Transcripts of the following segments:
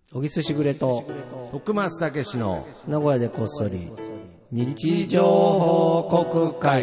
小木すしぐれと徳松たけしの名古屋でこっそり日常報告会。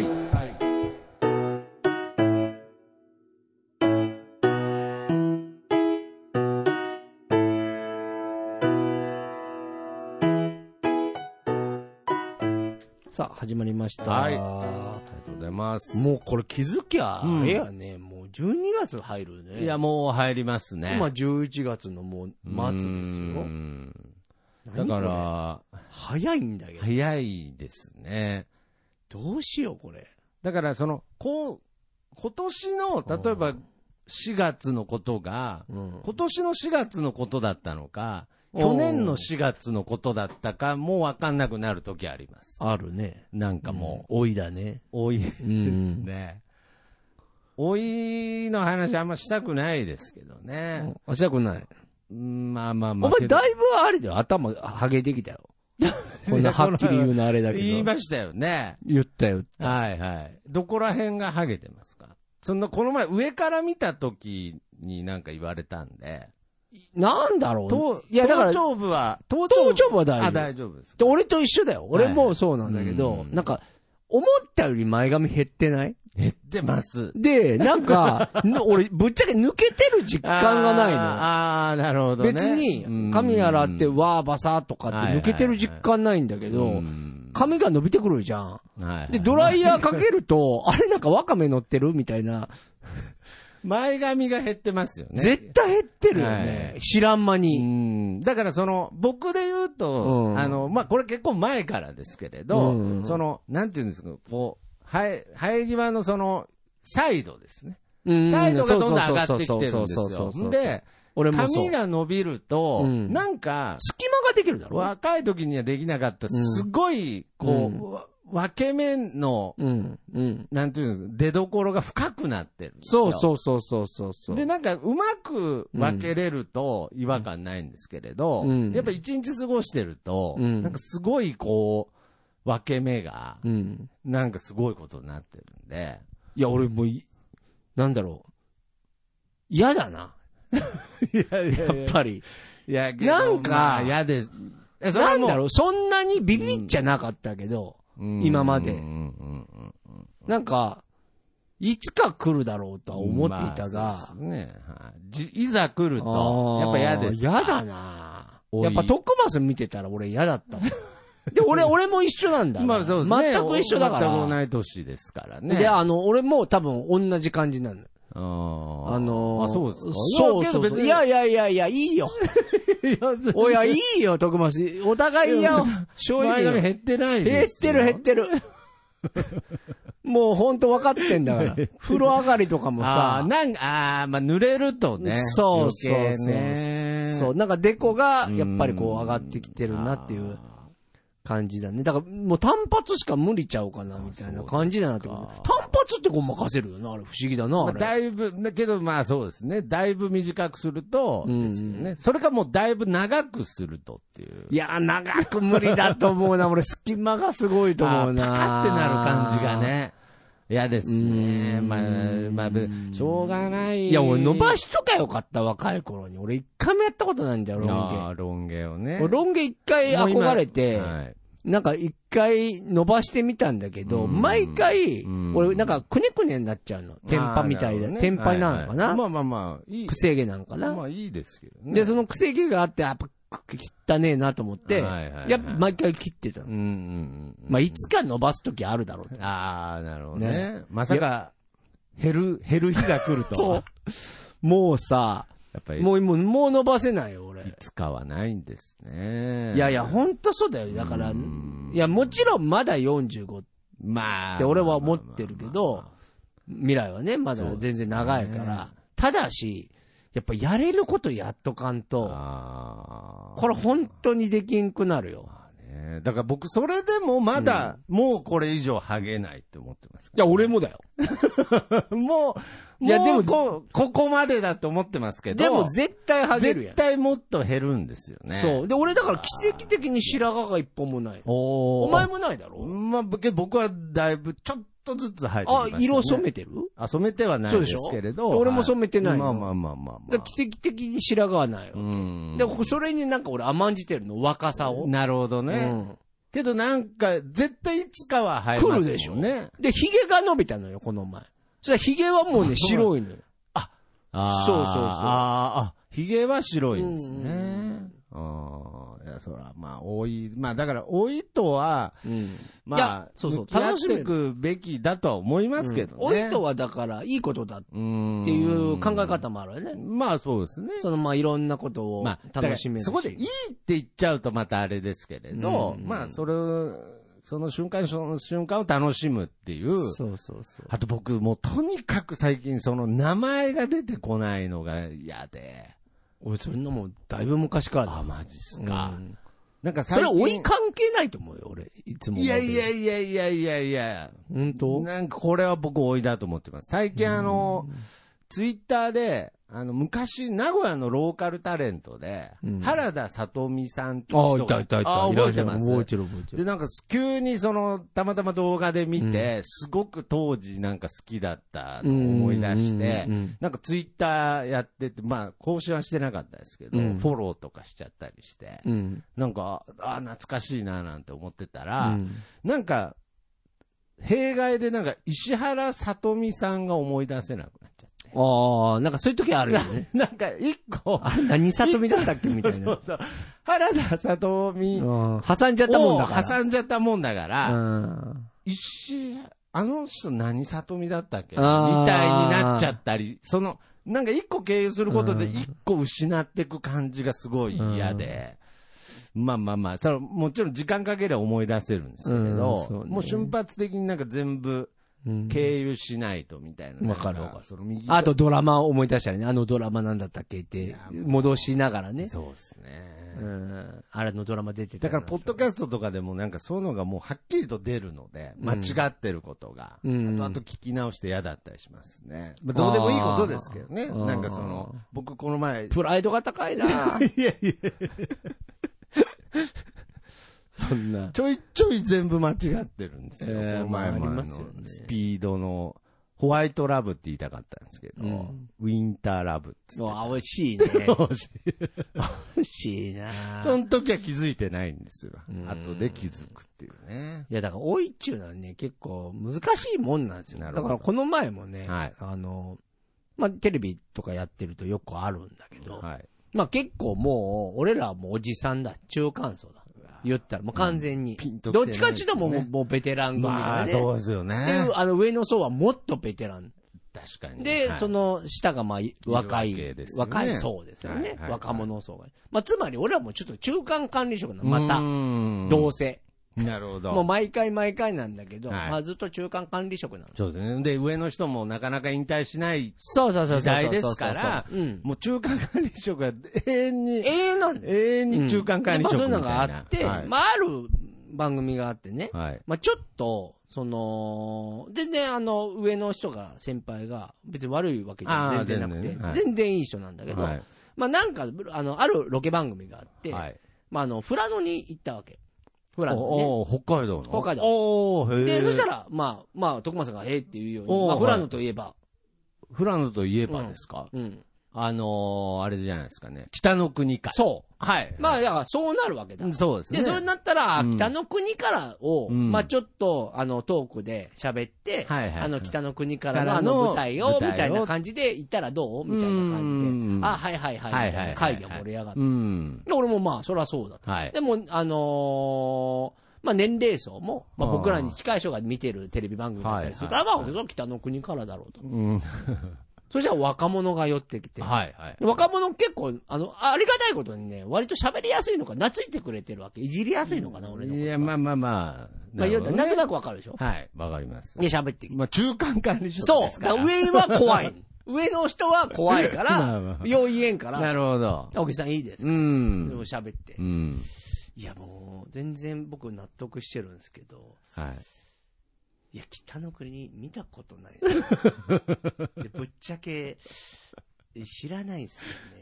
さあ始まりました。 はい、ありがとうございます。 もうこれ気づきゃあれやね、もう12月入るね。 いやもう入りますね。 今11月のもう末ですよ。 だから早いんだけど。 早いですね。 どうしようこれ。 だから今年の例えば4月のことが、今年の4月のことだったのか、去年の4月のことだったかもう分かんなくなるときあります。 あるね。 なんかもう、老いだね。 老いですね。老いの話あんましたくないですけどね。 したくない。 まあまあまあ。 お前だいぶあれだよ。頭ハゲてきたよ。そんなはっきり言うのあれだけど。 言いましたよね。 言った。 はいはい。どこら辺がハゲてますか？この前上から見た時になんか言われたんで。 なんだろう。 いやだから頭頂部は大丈夫。 大丈夫です。 俺と一緒だよ。俺もそうなんだけど、なんか思ったより前髪減ってない？ 減ってます。 で、なんか、俺、ぶっちゃけ抜けてる実感がないの。 ああ、なるほどね。 別に、髪洗って、わーバサーとかって抜けてる実感ないんだけど、髪が伸びてくるじゃん。で、ドライヤーかけると、あれなんかワカメ乗ってるみたいな。 前髪が減ってますよね。 絶対減ってるよね。知らん間に。 だから僕で言うと、まあ、これ結構前からですけれど、なんていうんですか、生え際のサイドですね。サイドがどんどん上がってきてるんですよ。で、髪が伸びると、なんか、 隙間ができるだろ？ 若い時にはできなかった、すごい、分け目の、なんていうんですか、出所が深くなってるんですよ。 そう。 で、なんか、うまく分けれると違和感ないんですけれど、やっぱ一日過ごしてると、なんかすごい分け目が、なんかすごいことになってるんで。 いや、俺もなんだろう。嫌だな。やっぱり。 いや、 なんか、 嫌です。 なんだろう、そんなにビビっちゃなかったけど、今まで。なんか、いつか来るだろうとは思っていたが、 そうですね。いざ来ると、やっぱ嫌です。 嫌だな。やっぱ徳増見てたら俺嫌だったもん。で、俺も一緒なんだ。 まあそうですね。 全く一緒だから。 全く同い年ですからね。 で、俺も多分同じ感じなの。 そうですか？ そう。いや、いいよ。おや、いいよ、徳増。お互いや、正直。 前髪減ってないですよ。 減ってる。もうほんと分かってんだから。風呂上がりとかもさ。 まあ濡れるとね。 そう。なんかデコが、やっぱり上がってきてるなっていう感じだね。だからもう単発しか無理ちゃうかな、みたいな感じだなって。単発って任せるよな、あれ不思議だな、あれ。 だいぶ、だけどまあそうですね。だいぶ短くすると、ですけどね。それかもうだいぶ長くするとっていう。 いや、長く無理だと思うな。俺隙間がすごいと思うな。 パカってなる感じがね。嫌ですね。まあ、しょうがない。 いや、俺伸ばしとかよかった、若い頃に。俺一回もやったことないんだよ、ロン毛。 ロン毛をね。 ロン毛一回憧れて、なんか一回伸ばしてみたんだけど、毎回、俺なんかくねくねになっちゃうの。テンパみたいな。テンパになるのかな？ まあ、いい。 癖毛なのかな？ まあいいですけどね。 で、その癖毛があって、やっぱ汚ねえなと思って、やっぱ毎回切ってたの。まあいつか伸ばすときあるだろう。 なるほどね。まさか、減る日が来ると。 そう。もうさ、やっぱりもう伸ばせないよ、俺。 いつかはないんですね。 いや、ほんとそうだよ。だから、いや、もちろんまだ45って俺は思ってるけど、未来はね、まだ全然長いから。ただし、やっぱやれることやっとかんと、これ本当にできんくなるよ。 だから僕それでもまだ、もうこれ以上ハゲないって思ってます。 いや、俺もだよ。 いや、でもここまでだと思ってますけど。 でも絶対ハゲるやん。 絶対もっと減るんですよね。 そう。で、俺だから奇跡的に白髪が一本もない。お前もないだろ？ まあ、僕はだいぶちょっとずつ生えてきましたね。 色染めてる？ 染めてはないですけれど。 俺も染めてないの。 まあ。奇跡的に白髪はないわけ。で、それになんか俺甘んじてるの、若さを。 なるほどね。けどなんか、絶対いつかは生えますもんね。来るでしょ。 で、髭が伸びたのよ、この前。それ髭はもうね、白いのよ。 そう。髭は白いんですね。いや、そら、まあ、老い、まあ、だから、老いとは、まあ、向き合っていくべきだとは思いますけどね。 老いとは、だから、いいことだっていう考え方もあるよね。 まあ、そうですね。 まあ、いろんなことを楽しめるし。 そこでいいって言っちゃうとまたあれですけれど、まあ、その瞬間を楽しむっていう。 そう。 あと僕、もうとにかく最近その名前が出てこないのが嫌で。 俺、そんなもん、だいぶ昔からだ。 マジっすか。なんかそれは老い関係ないと思うよ、俺。いつも。 いや。 本当？ なんかこれは僕老いだと思ってます。最近ツイッターで、昔、名古屋のローカルタレントで、原田さとみさんって人が。 いた。 覚えてます。 覚えてる。 で、なんか、急にたまたま動画で見て、すごく当時なんか好きだったのを思い出して、なんかツイッターやってて、まあ、更新はしてなかったですけど、フォローとかしちゃったりして、なんか、懐かしいななんて思ってたら、なんか、弊害でなんか、石原さとみさんが思い出せなくなっちゃって。 なんかそういう時あるよね。 なんか一個。 何さとみだったっけみたいな。 そう。原田さとみ。 挟んじゃったもんだから。 挟んじゃったもんだから、あの人何さとみだったっけみたいになっちゃったり、なんか一個経由することで一個失っていく感じがすごい嫌で。まあ、それもちろん時間かければ思い出せるんですけれど、もう瞬発的になんか全部、経由しないとみたいな。 わかる。あとドラマを思い出したりね。あのドラマなんだったっけって戻しながらね。 そうですね。 あれのドラマ出てた。 だからポッドキャストとかでもなんかそういうのがもうはっきりと出るので、間違ってることが、あと聞き直して嫌だったりしますね。まあどうでもいいことですけどね。なんか僕この前。 プライドが高いな。 いや。 そんな。 ちょい全部間違ってるんですよ。この前もスピードのホワイトラブって言いたかったんですけど、ウィンターラブって。 惜しいね。惜しいな。 その時は気づいてないんですよ。後で気づくっていうね。 いや、だから老いっちゅうのはね、結構難しいもんなんですよ。だからこの前もね、まあ、テレビとかやってるとよくあるんだけど、まあ結構もう、俺らはもうおじさんだ。中間層だ。言ったら、もう完全に。どっちかっていうともうベテラン組だね。 まあ、そうですよね。 で、上の層はもっとベテラン。 確かに。 で、その下がまあ、若い層ですよね。若者層が。まあ、つまり俺らもちょっと中間管理職なの。また。どうせ。 なるほど。 もう毎回なんだけど、まあずっと中間管理職なの。 そうですね。で、上の人もなかなか引退しない時代ですから、もう中間管理職が永遠に中間管理職みたいな。 そういうのがあって、まあある番組があってね、まあちょっと、全然上の人が、先輩が、別に悪いわけじゃ全然なくて、全然いい人なんだけど、まあなんか、あるロケ番組があって、まあ富良野に行ったわけ。 北海道の北海道。で、そしたら、まあ、徳間さんがって言うように、まあ、富良野といえば。 富良野といえばですか？あれじゃないですかね。北の国から。 そう。 はい。 まあ、だからそうなるわけだ。 そうですね。 で、それになったら、北の国からを、まあちょっと、トークで喋って、北の国からの舞台を、みたいな感じで行ったらどうみたいな感じで。はい。会議が盛り上がって。俺もまあ、そりゃそうだと。でも、まあ年齢層も、まあ僕らに近い人が見てるテレビ番組だったりするから、まあ、北の国からだろうと。そしたら若者が寄ってきて。若者結構、ありがたいことにね、割と喋りやすいのか、懐いてくれてるわけ。いじりやすいのかな、俺のこと。 いや、まあ。 まあ、言うたら、なんとなくわかるでしょ？ はい、わかります。 で、喋ってきて。 まあ、中間管理職ですから。 そう。上は怖い。上の人は怖いから、よう言えんから。 なるほど。 青木さんいいですか？喋って。いや、もう、全然僕納得してるんですけど。いや、北の国見たことないです。で、ぶっちゃけ、知らないんですよ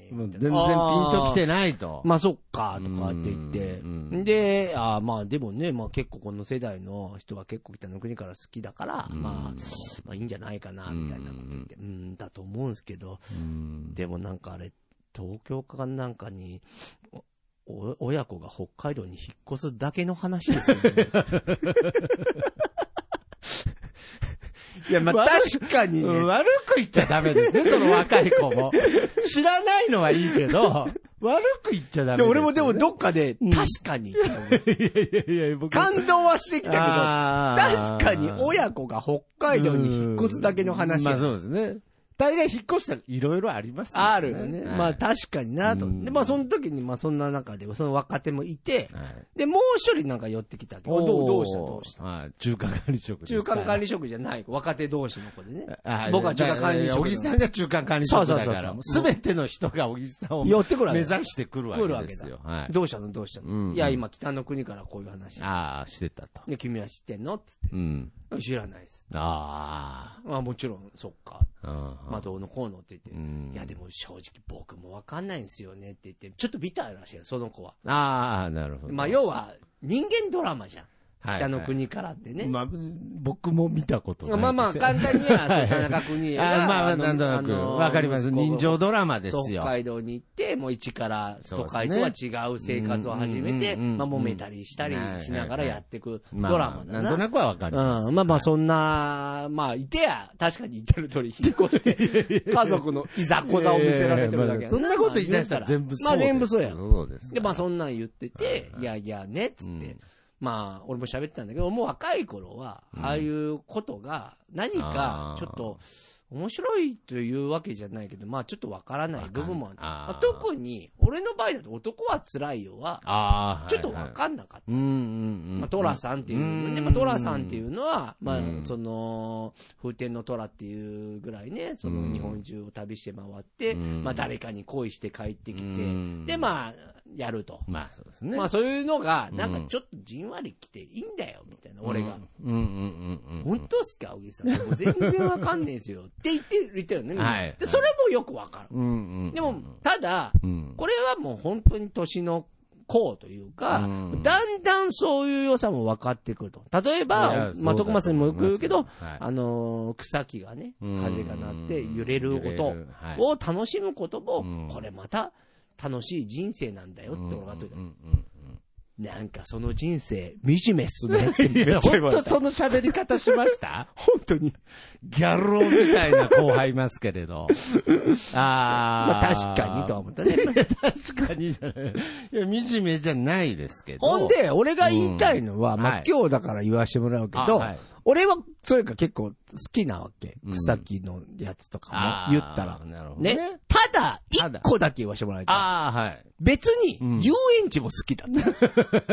全然ピンときてないと。 まあそっか、とかって言って。で、まあでもね、まあ結構この世代の人は結構北の国から好きだから、まあいいんじゃないかな、みたいなこと言って、だと思うんですけど、でもなんかあれ、東京かなんかに、親子が北海道に引っ越すだけの話ですよね。いや、まあ、確かにね。 悪く言っちゃダメですね、その若い子も。知らないのはいいけど、悪く言っちゃダメです、ね。 俺もでもどっかで、確かに。感動はしてきたけど、確かに親子が北海道に引っ越すだけの話。 まあそうですね。大概引っ越したらいろいろありますよね。 あるよね。まあ確かになと。で、まあその時に、まあそんな中で、その若手もいて、で、もう一人なんか寄ってきたけど、どうした中華管理職です。 中間管理職じゃない、若手同士の子でね。僕は中間管理職。 小木さんが中間管理職だから、すべての人が小木さんを目指してくるわけですよ。 どうしたのいや、今北の国からこういう話。 してたと。 で、君は知ってんのつって。知らないです。まあもちろん、そっか。まあどうのこうのって言って、いやでも正直僕もわかんないんですよねって言って、ちょっとビターらしいよ、その子は。 なるほど。 まあ要は人間ドラマじゃん。北の国からってね。 まあ、僕も見たことない。 まあまあ、簡単には、田中邦衛が。 まあ、なんとなく、わかります。人情ドラマですよ。 北海道に行って、もう一から都会とは違う生活を始めて、まあ、揉めたりしたりしながらやっていくドラマだな。 なんとなくはわかります。 まあまあ、そんな、まあ、いてや、確かに言ってる通り引っ越して、家族のいざこざを見せられてるだけ。 そんなこと言い出したら全部そう。 まあ、全部そうや。 そうです。 で、まあ、そんなん言ってて、いやいやね、つって。まあ、俺も喋ってたんだけど、もう若い頃は、ああいうことが、何か、ちょっと、面白いというわけじゃないけど、まあ、ちょっとわからない部分もある。特に、俺の場合だと男は辛いよは、ちょっとわかんなかった。まあ、トラさんっていう、で、まあ、トラさんっていうのは、まあ、その、風天のトラっていうぐらいね、その日本中を旅して回って、まあ、誰かに恋して帰ってきて、で、まあ、やると。 まあそうですね。 まあそういうのが、なんかちょっとじんわり来ていいんだよ、みたいな、俺が。本当っすか、小木さん。もう全然わかんねえですよ。って言ったよね、みんな。で、それもよくわかる。でも、ただ、これはもう本当に年の子というか、だんだんそういう良さも分かってくると。例えば、まあ、徳松にもよく言うけど、草木がね、風が鳴って揺れる音を楽しむことも、これまた、楽しい人生なんだよって分かってる。なんかその人生、惨めっすねってめっちゃ言われた。 本当その喋り方しました本当に。 ギャル男みたいな後輩いますけれど。 まあ確かにとは思ったね。 確かにじゃない。いや、惨めじゃないですけど。 ほんで、俺が言いたいのは、まあ今日だから言わしてもらうけど、俺は、それか結構好きなわけ。草木のやつとかも言ったら。ね。ただ、一個だけ言わしてもらいたい。別に、遊園地も好きだった。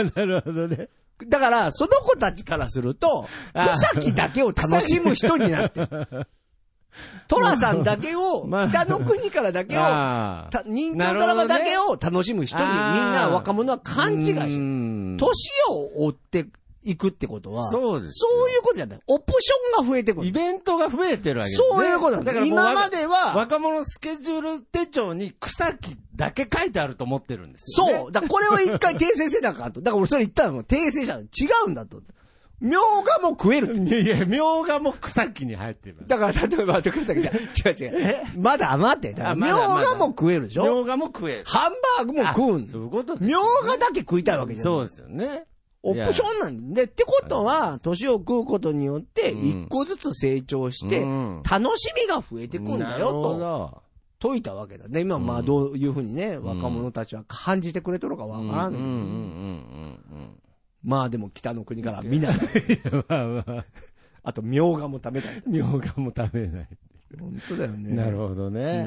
なるほどね。 だから、その子たちからすると、草木だけを楽しむ人になってる。トラさんだけを、北の国からだけを、人気のドラマだけを楽しむ人にみんな若者は勘違いしてる。年を追って行くってことは、そうです。そういうことじゃない。オプションが増えてくる。 イベントが増えてるわけですね。 そういうことだから今までは、 若者スケジュール手帳に草木だけ書いてあると思ってるんですよ、ね。 そう。だからこれを一回訂正せなあかんと。だから俺それ言ったの訂正したの。違うんだと。みょうがも食えるって。 いや、みょうがも草木に入ってる。 だから、例えば、草木じゃ、違う。まだ余って。みょうがも食えるでしょ。 みょうがも食える。 ハンバーグも食うんそういうことみょうがだけ食いたいわけじゃない。 そうですよね。 オプションなんで。ってことは、年を食うことによって、一個ずつ成長して、楽しみが増えてくんだよ、と。解いたわけだね。今、まあ、どういうふうにね、若者たちは感じてくれとるかわからんの。まあでも北の国から見ない。あと、みょうがも食べない。 みょうがも食べない。 本当だよね。 なるほどね。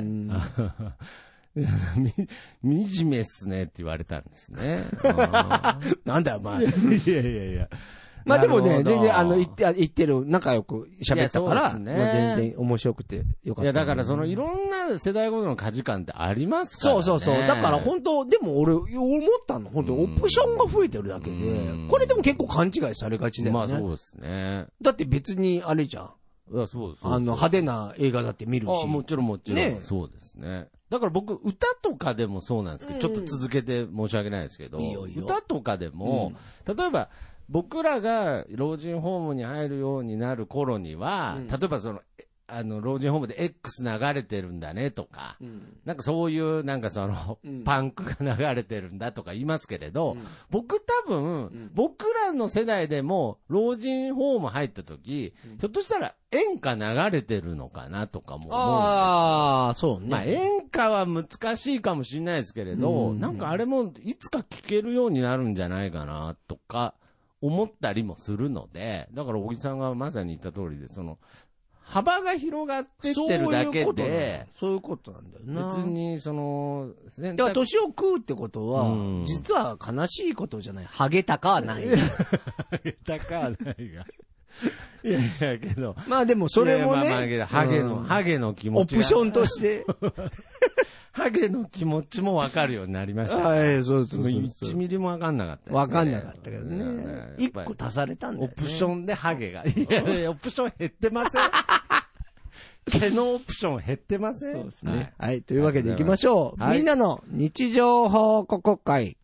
惨めっすねって言われたんですね。 なんだよ、お前。 いや。 まあでもね、全然言ってる、仲良く喋ったから、全然面白くてよかった。 いや、だからそのいろんな世代ごとの価値観ってありますからね。 そう。だから本当、でも俺思ったの、本当オプションが増えてるだけで、これでも結構勘違いされがちだよね。 まあそうですね。 だって別にあれじゃん。 いや、そうです。 派手な映画だって見るし。 もちろんもちろん。ね、そうですね。だから僕、歌とかでもそうなんですけど、ちょっと続けて申し訳ないですけど、歌とかでも、例えば、僕らが老人ホームに入るようになる頃には、例えば老人ホームで X 流れてるんだねとか、なんかそういう、なんかパンクが流れてるんだとか言いますけれど、僕多分、僕らの世代でも老人ホーム入った時、ひょっとしたら演歌流れてるのかなとかも思うんですよ。 ああ、そうね。 まあ演歌は難しいかもしれないですけれど、なんかあれもいつか聴けるようになるんじゃないかなとか思ったりもするので、だから小木さんがまさに言った通りで、幅が広がってってるだけで、 そういうことなんだよな。 別にだから年を食うってことは、実は悲しいことじゃない。ハゲたかはない。 ハゲたかはないが。いやいやけど。 まあでもそれもね。 ハゲの気持ち。 オプションとして。 ハゲの気持ちも分かるようになりました、ね。 はい、そうそう。 1ミリも分かんなかったですね。 分かんなかったけどね。1個足されたんだよね。 オプションでハゲが。いやいや、オプション減ってません。毛のオプション減ってません。 そうですね。はい、というわけで行きましょう。みんなの日常報告会。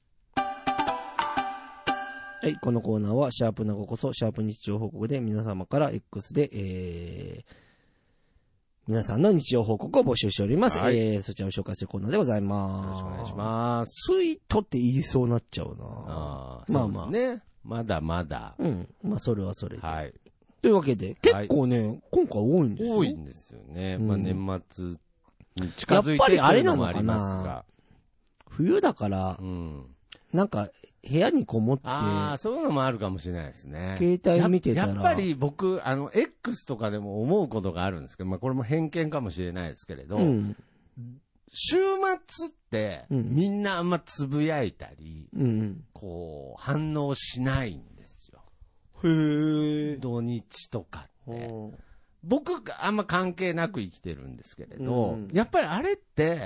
はい、このコーナーは、シャープなごこそ、シャープ日常報告で皆様から X で、皆さんの日常報告を募集しております。はい、そちらを紹介するコーナーでございます。 よろしくお願いします。 スイートって言いそうになっちゃうな。 まあまあ。ね。まだまだ。 まあそれはそれで。 はい。 というわけで、結構ね、今回多いんですよ。 多いんですよね。まあ年末に近づいてるのもありますが。 冬だから、なんか、部屋にこもって。 そういうのもあるかもしれないですね。 携帯見てたら。 やっぱり僕、X とかでも思うことがあるんですけど、まあこれも偏見かもしれないですけれど、週末って、みんなあんまつぶやいたり、こう、反応しないんですよ。土日とかって。僕あんま関係なく生きてるんですけれど、やっぱりあれって、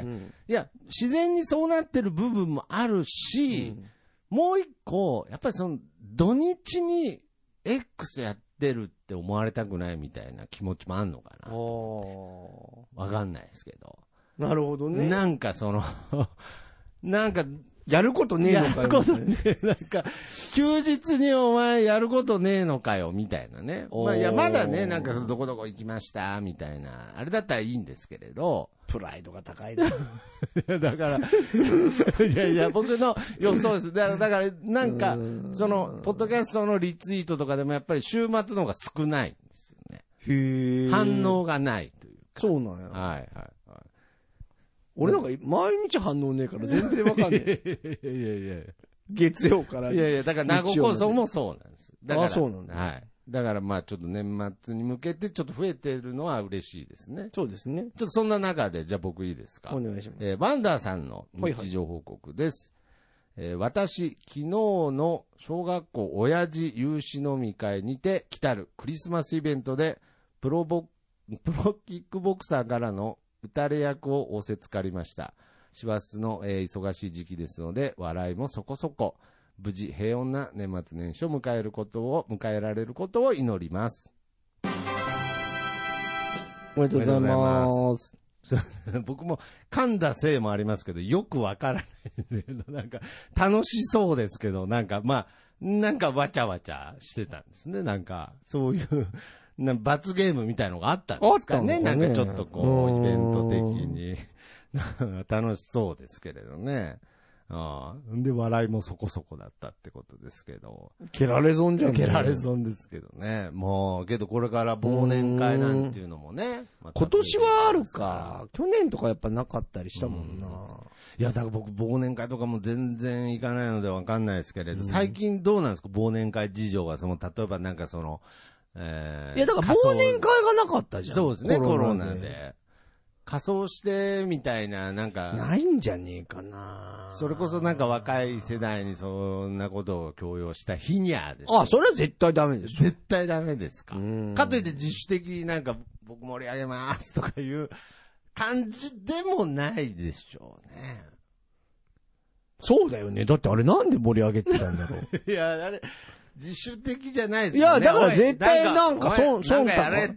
いや、自然にそうなってる部分もあるし、もう一個、やっぱり土日に X やってるって思われたくないみたいな気持ちもあんのかな。わかんないですけど。 なるほどね。 なんかなんか、 やることねえのかよ。 やることねえ。なんか、休日にお前やることねえのかよ、みたいなね。いや、まだね、なんかどこどこ行きました、みたいな。あれだったらいいんですけれど。 プライドが高いな。 だから、いや、僕の予想です。だから、なんか、ポッドキャストのリツイートとかでもやっぱり週末の方が少ないんですよね。反応がないというか。 そうなんや。 はい。 俺なんか毎日反応ねえから全然わかんねえ。いや。月曜から。 いや、だから名古屋こそもそうなんです。だから。 そうなんだ。 はい。だからまあちょっと年末に向けてちょっと増えてるのは嬉しいですね。 そうですね。 ちょっとそんな中で、じゃあ僕いいですか。 お願いします。 ワンダーさんの日常報告です。私、昨日の小学校親父有志飲み会にて来たるクリスマスイベントでプロキックボクサーからの打たれ役を仰せつかりました。師走の、忙しい時期ですので、笑いもそこそこ、無事平穏な年末年始を迎えられることを祈ります。 おめでとうございます。 僕も噛んだせいもありますけど、よくわからない。なんか、楽しそうですけど、なんか、なんかわちゃわちゃしてたんですね。なんか、そういう、罰ゲームみたいのがあったんですかね。なんかちょっとこう、イベント的に。楽しそうですけれどね。で、笑いもそこそこだったってことですけど。 蹴られ損じゃん。 蹴られ損ですけどね。もう、けどこれから忘年会なんていうのもね。 今年はあるか。去年とかやっぱなかったりしたもんな。 いや、だから僕、忘年会とかも全然行かないのでわかんないですけれど、最近どうなんですか、忘年会事情は。例えばなんかいや、だから忘年会がなかったじゃん。 そうですね、コロナで。仮装してみたいな、なんか。 ないんじゃねえかな。 それこそなんか若い世代にそんなことを強要した日にゃです。 それは絶対ダメでしょ。 絶対ダメですか。かといって自主的になんか僕盛り上げますとかいう感じでもないでしょうね。 そうだよね。だってあれなんで盛り上げてたんだろう。 いや、あれ、自主的じゃないですよね。 いや、だから絶対なんか、 なんかやれっつっ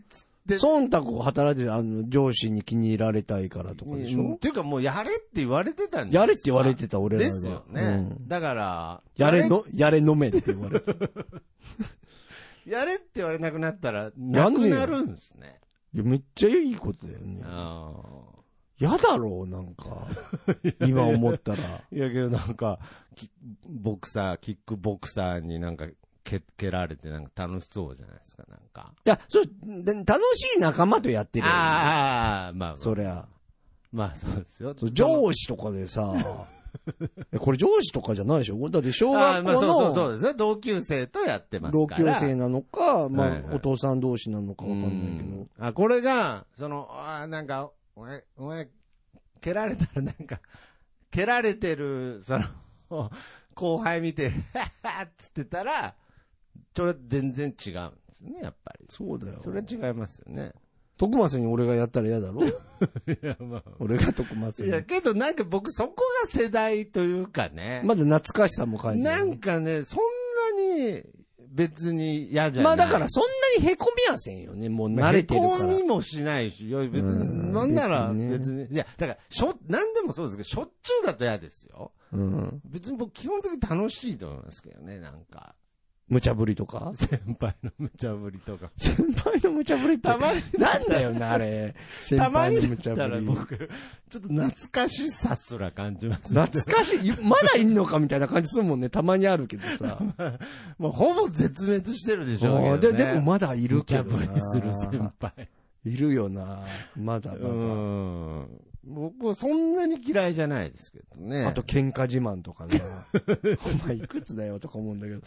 忖度を働いてる、上司に気に入られたいからとかでしょ。 っていうかもうやれって言われてたんですやれって言われてた、俺らが。 ですよね。だから、 やれ飲めって言われてた。 やれって言われなくなったら、なくなるんですね。 いや、めっちゃいいことだよね。やだろう、なんか。今思ったら。 いやけどなんか、キックボクサーになんか、蹴られてなんか楽しそうじゃないですか、なんか。 いや、楽しい仲間とやってるよ、ね。 まあ。 そりゃ。 まあそうですよ。 上司とかでさ、これ上司とかじゃないでしょ。だって小学校の、 そうですね。同級生とやってますから。 同級生なのか、まあ、お父さん同士なのかわかんないけど。 これが、なんか、お前、蹴られたらなんか、蹴られてる、後輩見て、ははっつってたら、それ全然違うんですね、やっぱり。 そうだよ。 それは違いますよね。 徳松に俺がやったら嫌だろいや、まあ。俺が徳松に。 いや、けどなんか僕そこが世代というかね。 まだ懐かしさも感じる。 なんかね、そんなに別に嫌じゃない。 まあだからそんなに凹みはせんよね。もう慣れてるから。 凹みもしないし、いや別に、なんなら別に。いや、だからなんでもそうですけど、しょっちゅうだと嫌ですよ。別に僕基本的に楽しいと思いますけどね、なんか。 無茶ぶりとか先輩の無茶ぶりとか。 先輩の無茶ぶりってたまになんだよな、あれ。先輩の無茶ぶり。たまにだったら僕、 ちょっと懐かしさすら感じます、 ね。懐かしいまだいんのかみたいな感じするもんね。たまにあるけどさ。 もうほぼ絶滅してるでしょうけどね。 でもまだいるけどな。 無茶ぶりする先輩。 いるよな。まだ。 僕はそんなに嫌いじゃないですけどね。 あと喧嘩自慢とかね。お前いくつだよとか思うんだけど。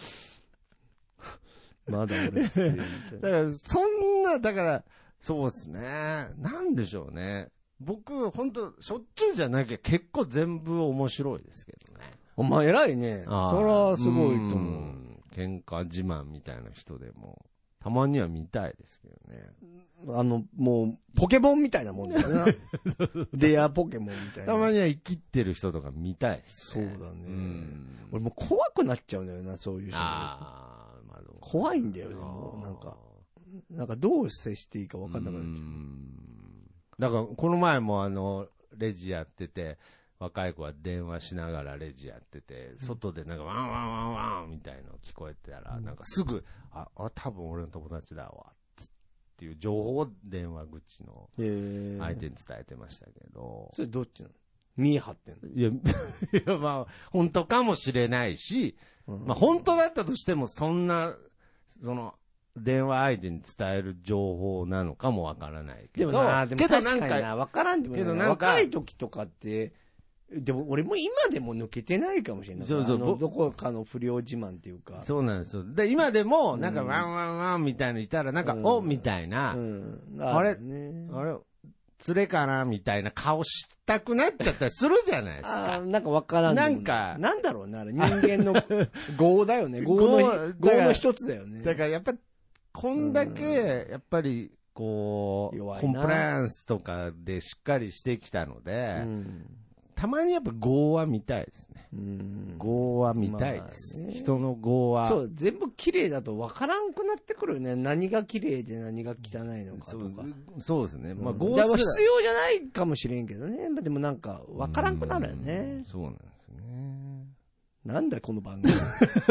まだ俺ついみたいな。 だからそんな、だからそうですね。なんでしょうね。僕本当しょっちゅうじゃなきゃ結構全部面白いですけどね。 お前偉いね。それはすごいと思う。 喧嘩自慢みたいな人でもたまには見たいですけどね。 もうポケモンみたいなもんだよな。レアポケモンみたいな。 たまには生きってる人とか見たいですね。そうだね。俺もう怖くなっちゃうんだよな、そういう人。怖いんだよね、もうなんかどう接していいか分かんなくなっちゃう。 だからこの前もレジやってて、若い子は電話しながらレジやってて、外でなんかワンワンワンワンみたいの聞こえてたら、なんかすぐ、多分俺の友達だわっていう情報を電話口の相手に伝えてましたけど。 それどっちなの？見え張ってんの？ いやまあ、本当かもしれないし、まあ本当だったとしてもそんな、電話相手に伝える情報なのかもわからないけど。 でも確かにな、わからんでもない。けど若い時とかって、でも俺も今でも抜けてないかもしれない。そうどこかの不良自慢っていうか。 そうなんですよ。で、今でも、なんかワンワンワンみたいなのいたら、なんか、おみたいな、あれ、連れかなみたいな顔したくなっちゃったりするじゃないですか。 なんかわからん。なんか、なんだろうな、人間の業だよね。業の一つだよね。 だからやっぱり、こんだけ、やっぱり、コンプライアンスとかでしっかりしてきたので、たまにやっぱ業は見たいですね。業は見たいです。人の業は。 そう、全部綺麗だと分からんくなってくるよね。何が綺麗で何が汚いのかとか。 そうですね。まあ、 業は必要じゃないかもしれんけどね。でもなんか分からんくなるよね。 そうなんですね。 なんだよ、この番組。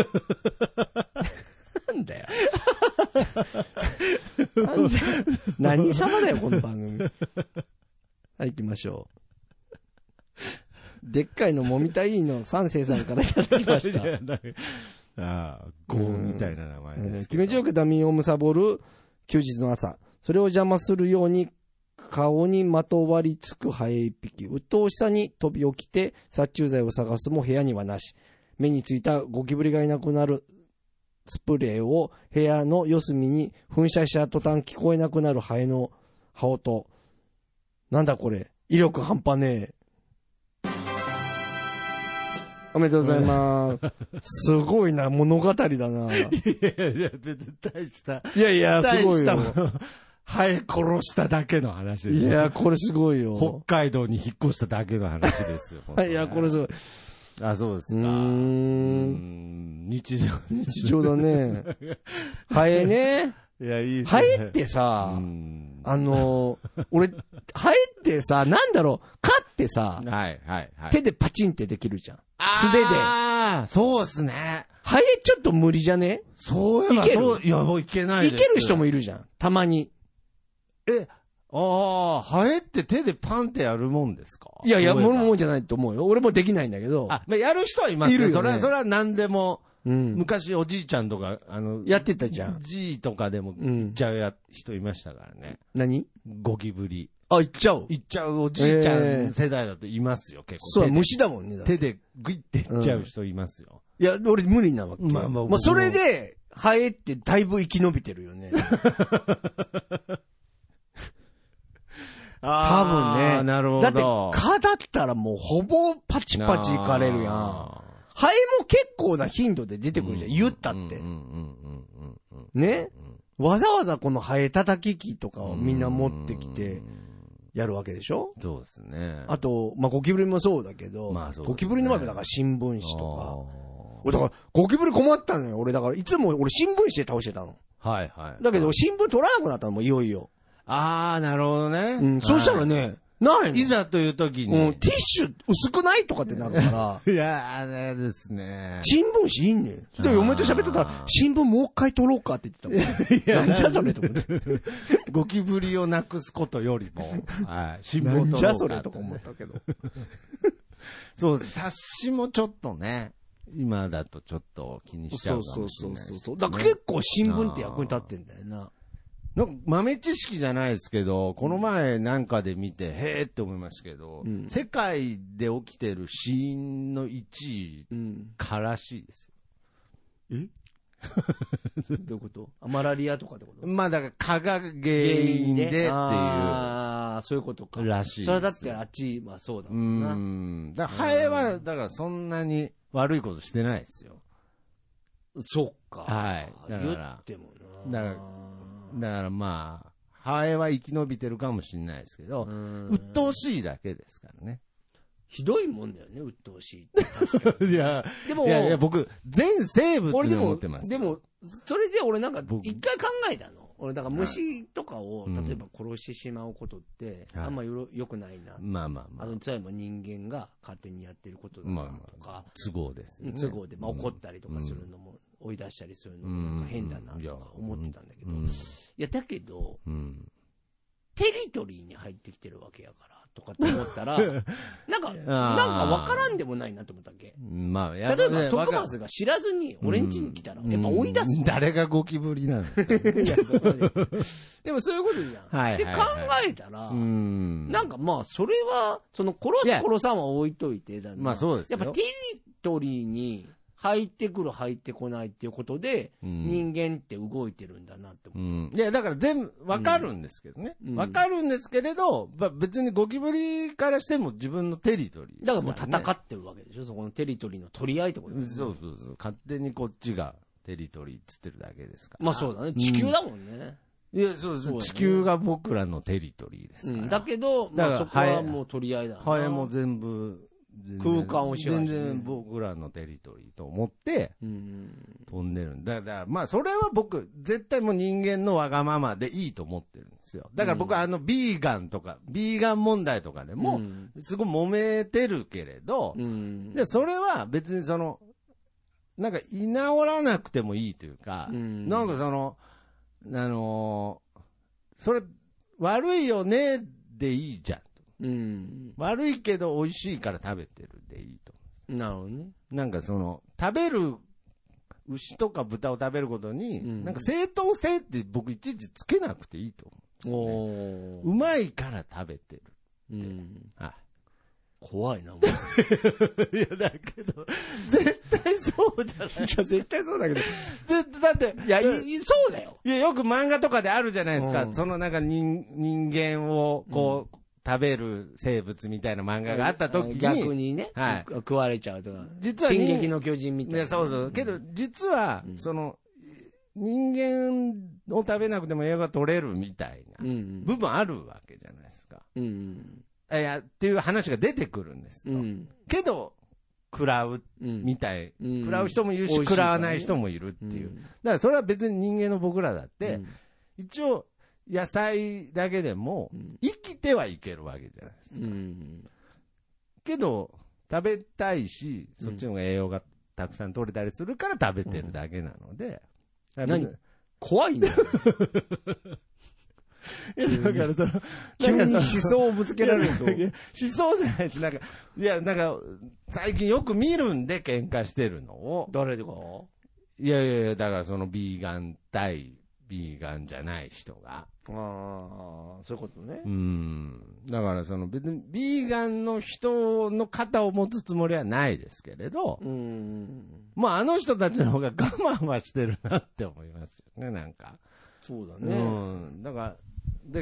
なんだよ。なんだよ。何様だよ、この番組。はい、行きましょう。でっかいのもみたいの三世さんからいただきました。 ゴーみたいな名前です。 気持ちよくダミーを貪る休日の朝。それを邪魔するように顔にまとわりつくハエ一匹。鬱陶しさに飛び起きて殺虫剤を探すも部屋にはなし。目についたゴキブリがいなくなるスプレーを部屋の四隅に噴射した途端聞こえなくなるハエの羽音。なんだこれ。威力半端ねえ。おめでとうございます。すごいな、物語だな。いや、別に大した。 いや、すごいよ。 ハエ殺しただけの話です。 いや、これすごいよ。 北海道に引っ越しただけの話ですよ。 いや、これすごい。 あ、そうですか。日常だね。ハエね。 いや、いいですハね。 エってさ、俺、ハエってさ、なんだろう、蚊ってさ、 はいはいはい。 手でパチンってできるじゃん。素手で。 ああ、そうっすね。 ハエちょっと無理じゃね？ そういえば、 いける？ いや、もういけないです。 いける人もいるじゃん。たまに。 ハエって手でパンってやるもんですか？ いやいや、もんじゃないと思うよ。俺もできないんだけど。 まあ、やる人はいますね。 いるよね。 それは何でも、 うん、 昔おじいちゃんとか、 やってたじゃん。 じいとかでも行っちゃう人いましたからね。 何？ ゴキブリ。 行っちゃうおじいちゃん世代だといますよ、結構。 そう、虫だもんね。 手でグイっていっちゃう人いますよ。 いや、俺無理なわけ。 まあ、 それで、ハエってだいぶ生き延びてるよね。多分ね。 なるほど。 だって、蚊だったらもうほぼパチパチいかれるやん。ハエも結構な頻度で出てくるじゃん。言ったって。ね、わざわざこのハエ叩き機とかをみんな持ってきて、やるわけでしょ？ そうですね。 あと、まあ、ゴキブリもそうだけど、ゴキブリの前もだから新聞紙とか。俺だから、ゴキブリ困ったのよ。俺だから、いつも俺新聞紙で倒してたの。 はいはい。 だけど、新聞取らなくなったのもいよいよ。 なるほどね。 そうしたらね、ないの。 いざという時に。 ティッシュ薄くないとかってなるから。 いやー、ですね。 新聞紙いいね。で、嫁と喋ってたら、新聞もう一回取ろうかって言ってたもん。なんじゃそれと思って。 ゴキブリをなくすことよりも、 新聞取ろうか。なんじゃそれとか思ったけど。 そう、雑誌もちょっとね、今だとちょっと気にしちゃうかもしれないですね。 そう。だから結構新聞って役に立ってんだよな。 豆知識じゃないですけど、この前なんかで見て、へーって思いましたけど、世界で起きてる死因の1位、蚊らしいですよ。 どういうこと？マラリアとかってこと？ まあだから蚊が原因でっていう。 そういうことか。 らしいです。 それだってあっちはそうだもんな。だからハエは、だからそんなに悪いことしてないですよ。 そっか。 はい。だから。 言ってもな。 だからまあ、ハエは生き延びてるかもしれないですけど、鬱陶しいだけですからね。 ひどいもんだよね、鬱陶しいって。確かに。 いや、僕、全生物に思ってます。 でも、それで俺なんか、一回考えたの。俺、だから虫とかを、例えば殺してしまうことって、あんま良くないな。 まあ。 例えば人間が勝手にやってることだなとか。 都合ですね。 都合で、怒ったりとかするのも、追い出したりするのも変だなとか思ってたんだけど。いや、だけど、テリトリーに入ってきてるわけやから。とかって思ったら、なんか分からんでもないなと思ったっけ。 まあ、 例えば、徳松が知らずに俺ん家に来たら、やっぱ追い出す。 誰がゴキブリなんですか。いや、 でもそういうことじゃん。で、考えたら、なんかまあ、それは、殺すさんは置いといて、 まあそうですよ。 やっぱテリトリーに、入ってくる入ってこないっていうことで、人間って動いてるんだなって思った。 いや、だから全部わかるんですけどね。わかるんですけれど、別にゴキブリからしても自分のテリトリー。 だからもう戦ってるわけでしょ、そこのテリトリーの取り合いってことですね。 そう。勝手にこっちがテリトリーっつってるだけですから。 まあそうだね。地球だもんね。 いや、そうです。地球が僕らのテリトリーですから。 だけど、まあそこはもう取り合いだな。 ハエも全部、 空間を支配して、 全然僕らのテリトリーと思って飛んでるんだ。だからまあそれは僕絶対もう人間のわがままでいいと思ってるんですよ。だから僕はビーガンとかビーガン問題とかでもすごい揉めてるけれど、でそれは別になんか居直らなくてもいいというか、なんかそれ悪いよねでいいじゃん。悪いけど美味しいから食べてるでいいと。 なるほどね。 なんか食べる牛とか豚を食べることに、なんか正当性って僕いちいちつけなくていいと思うんですよね。うまいから食べてる。はい。 怖いな、もう。 いや、だけど、絶対そうじゃない。 いや、絶対そうだけど。 だって、 いや、そうだよ。 いや、よく漫画とかであるじゃないですか。なんか人間をこう、食べる生物みたいな漫画があった時に。 逆にね。食われちゃうとか。 実は進撃の巨人みたいな。 そう。けど、実は、人間を食べなくても映画が撮れるみたいな部分あるわけじゃないですか。っていう話が出てくるんですよ。けど、食らうみたい。食らう人もいるし、食らわない人もいるっていう。だからそれは別に人間の僕らだって、 一応、野菜だけでも、生きてはいけるわけじゃないですか。けど、食べたいし、そっちの方が栄養がたくさん取れたりするから食べてるだけなので。 何怖いね。 いや、だからその、 急に思想をぶつけられると。 思想じゃないです。なんか、最近よく見るんで喧嘩してるのを。 誰でか？ いや、だからそのビーガン対ビーガンじゃない人が。 ああ、そういうことね。 だからその別にビーガンの人の肩を持つつもりはないですけれど、まああの人たちの方が我慢はしてるなって思いますよね、なんか。 そうだね。 だから、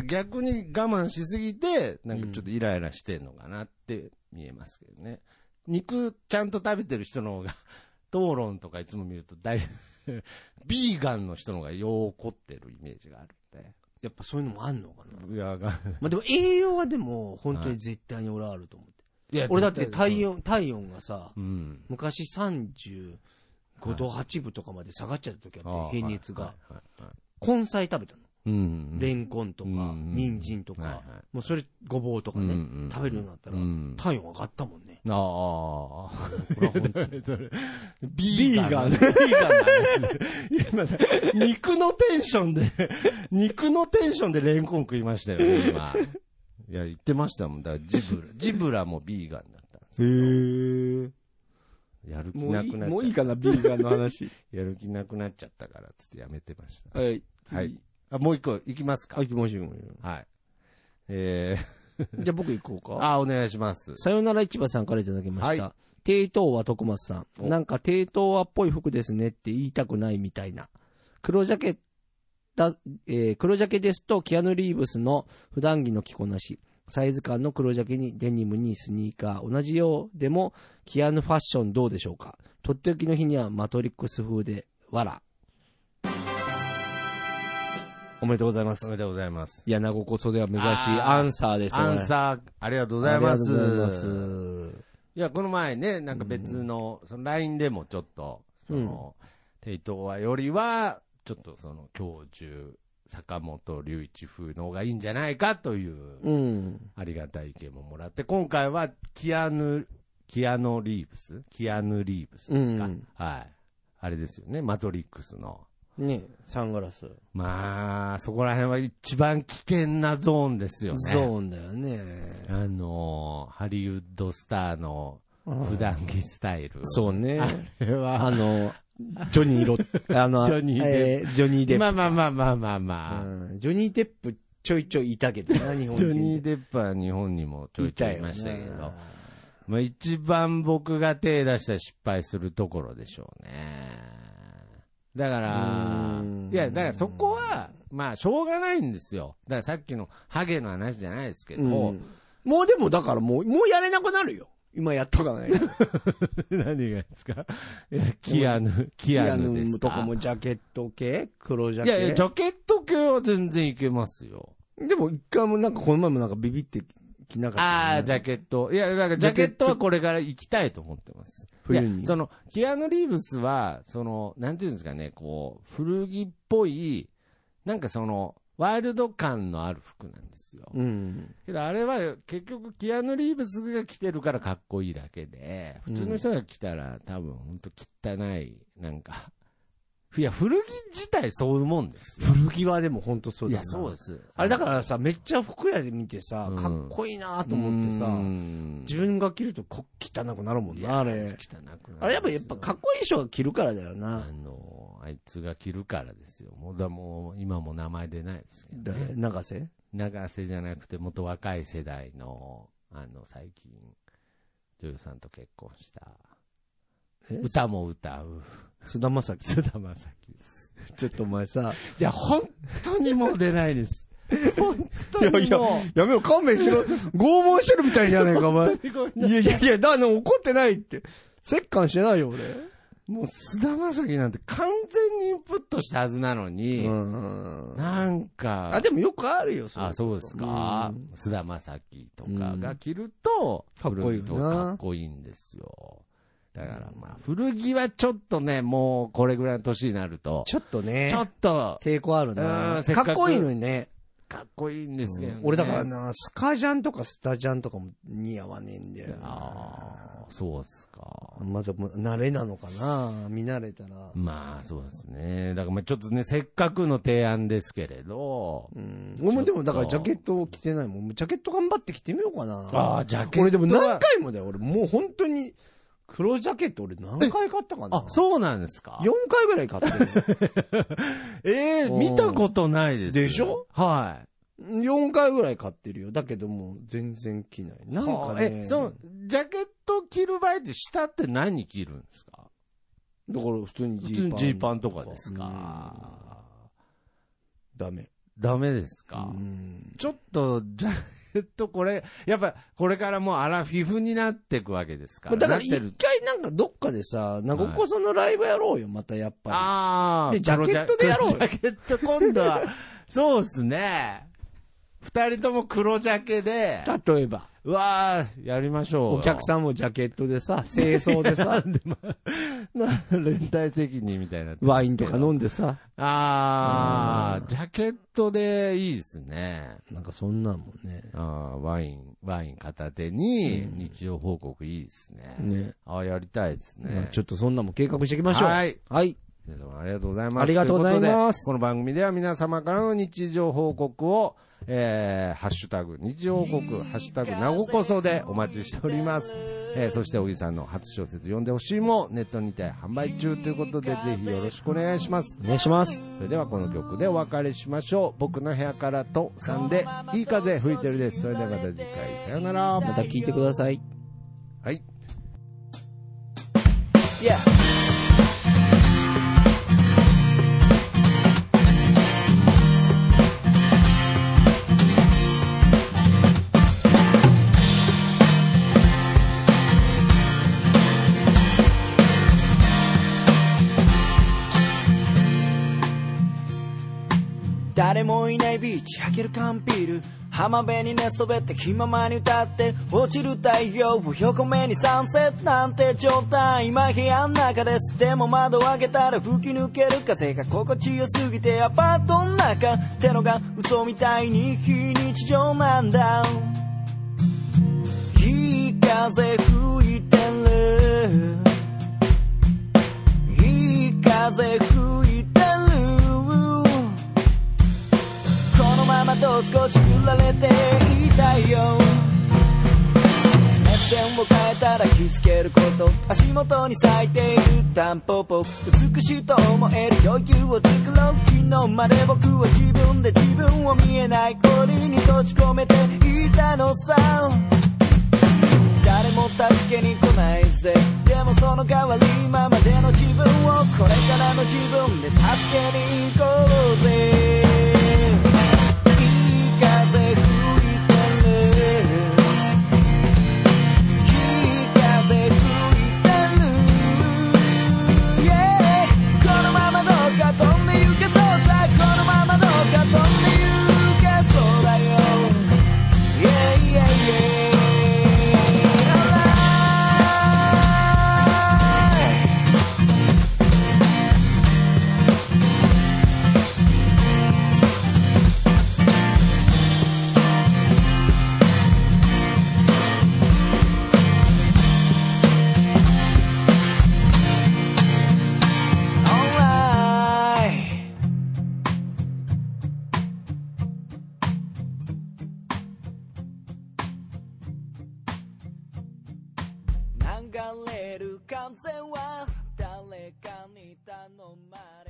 逆に我慢しすぎて、なんかちょっとイライラしてんのかなって見えますけどね。肉ちゃんと食べてる人の方が、討論とかいつも見るとビーガンの人の方がよう怒ってるイメージがあるんで。 やっぱそういうのもあんのかな。 いや、 まあでも栄養はでも本当に絶対に俺はあると思って。いや俺だって体温がさ、昔35度8分とかまで下がっちゃった時あって、平熱が。根菜食べたの。レンコンとか、人参とか、もうそれ、ごぼうとかね、食べるようになったら、体温上がったもんね。 ああ。 これは本当に。 ビーガン。肉のテンションでレンコン食いましたよね、今。いや、言ってましたもん。だからジブラもビーガンだったんですよ。やる気なくなっちゃった。 もういいかな、ビーガンの話。 やる気なくなっちゃったから、つってやめてました。 はい。 はい。もう一個、行きますか？ 行きましょう。 はい。 じゃあ僕行こうか。お願いします。 さよなら市場さんからいただきました。低等は徳松さん。なんか低等はっぽい服ですねって言いたくないみたいな。黒ジャケですと、キアヌ・リーブスの普段着の着こなし。サイズ感の黒ジャケにデニムにスニーカー。同じようでも、キアヌファッションどうでしょうか。とっておきの日にはマトリックス風で、わら。おめでとうございます。 おめでとうございます。 いや、名古こそでは珍しいアンサーですね。 アンサー、ありがとうございます。ありがとうございます。いや、この前ね、なんか別の、その LINE でもちょっと、テイトワよりは、ちょっとその、教授、坂本龍一風の方がいいんじゃないかという、ありがたい意見ももらって、今回はキアヌ・リーブスですか、はい。あれですよね、マトリックスの。 ね、サングラス。 まあ、そこら辺は一番危険なゾーンですよね。 ゾーンだよね。 ハリウッドスターの普段着スタイル。 そうね。 あれは、 ジョニー・デップ。 まあ。 ジョニー・デップちょいちょいいたけどな、日本人。 ジョニー・デップは日本にもちょいちょいいましたけど。まあ一番僕が手出したら失敗するところでしょうね。だから、そこは、まあ、しょうがないんですよ。だからさっきのハゲの話じゃないですけど。もうでもだからもうやれなくなるよ。今やっとかない。 何がですか？いや、キアヌですか？ とかもジャケット系？黒ジャケ？ いや、ジャケット系は全然いけますよ。 でも一回もなんかこの前もなんかビビって着なかった、ね。 ああ、ジャケット。いや、だからジャケットはこれから行きたいと思ってます。冬に。キアヌ・リーブスは、なんていうんですかね、こう、古着っぽい、なんかワイルド感のある服なんですよ。けどあれは結局キアヌ・リーブスが着てるからかっこいいだけで、普通の人が着たら多分ほんと汚い、なんか、いや、古着自体そういうもんですよ。 古着はでも本当そうだよ。 いや、そうです。 あれだからさ、めっちゃ服屋で見てさ、かっこいいなと思ってさ、自分が着ると汚くなるもんな、あれ。汚くなる。あれやっぱかっこいい人が着るからだよな。 あいつが着るからですよ。もう今も名前出ないですけどね。 長瀬じゃなくて、もっと若い世代の、最近、女優さんと結婚した。歌も歌う。 菅田将暉です。 ちょっとお前さ。 いや、本当にもう出ないです。本当にもう。いや、 やめよ、勘弁しろ。拷問してるみたいじゃねえか、お前。いや、怒ってないって。折感してないよ、俺。 もう、菅田将暉なんて完全にインプットしたはずなのに、なんか。 でもよくあるよ、 そうですか。菅田将暉とかが着ると、 かっこいいよな。 かっこいいんですよ。 だからまあ、古着はちょっとね、もうこれぐらいの年になると。 ちょっとね。 ちょっと。 抵抗あるな。かっこいいのにね。 かっこいいんですけどね。 俺だからな、スカジャンとかスタジャンとかも似合わねえんだよな。 ああ、そうっすか。 まだ慣れなのかな、見慣れたら。 まあそうですね。だからまあちょっとね、せっかくの提案ですけれど。 俺もでもだからジャケットを着てないもん。ジャケット頑張って着てみようかな。 ああ、ジャケット。 俺でも何回もだよ。俺もう本当に黒ジャケット俺何回買ったかな。 あ、そうなんですか。 4回ぐらい買ってる。 見たことないです。 でしょ？ はい。 4回ぐらい買ってるよ。だけどもう全然着ない。なんかね。 ジャケット着る場合って下って何着るんですか？ だから普通にジーパンとかですか？ ダメですか？ちょっと、ジャケットこれ、やっぱこれからもうアラフィフになっていくわけですから。 だから一回なんかどっかでさ、なごこそのライブやろうよ、またやっぱり。 ああ。 で、ジャケットでやろうよ。 ジャケット今度は、そうですね。二人とも黒ジャケで。 例えば。 うわー、やりましょう。 お客さんもジャケットでさ、清掃でさ。 連帯責任みたいな。 ワインとか飲んでさ。 あー、ジャケットでいいですね。 なんかそんなんもね。 ワイン片手に日常報告いいですね。 ね。 やりたいですね。 ちょっとそんなんも計画していきましょう。 はい。 はい。 皆様ありがとうございます。 ありがとうございます。 この番組では皆様からの日常報告を、ハッシュタグ、日常報告、ハッシュタグ、なごこそでお待ちしております。そして、小木さんの初小説読んでほしいもネットにて販売中ということで、ぜひよろしくお願いします。 お願いします。 それではこの曲でお別れしましょう。僕の部屋からと3で、いい風吹いてるです。それではまた次回、さよなら。 また聞いてください。 はい。 Yeah.誰もいないビーチ開ける缶ビール浜辺に寝そべって気ままに歌って落ちる太陽を横目にサンセットなんて状態今部屋の中ですでも窓を開けたら吹き抜ける風が心地よすぎてアパートの中ってのが嘘みたいに非日常なんだいい風吹いてるいい風吹いてるこのままと少し揺られていたいよ目線を変えたら気づけること足元に咲いているタンポポ美しいと思える余裕を作ろう昨日まで僕は自分で自分を見えない氷に閉じ込めていたのさ誰も助けに来ないぜでもその代わり今までの自分をこれからの自分で助けに行こうぜ流れる風は誰かに頼まれ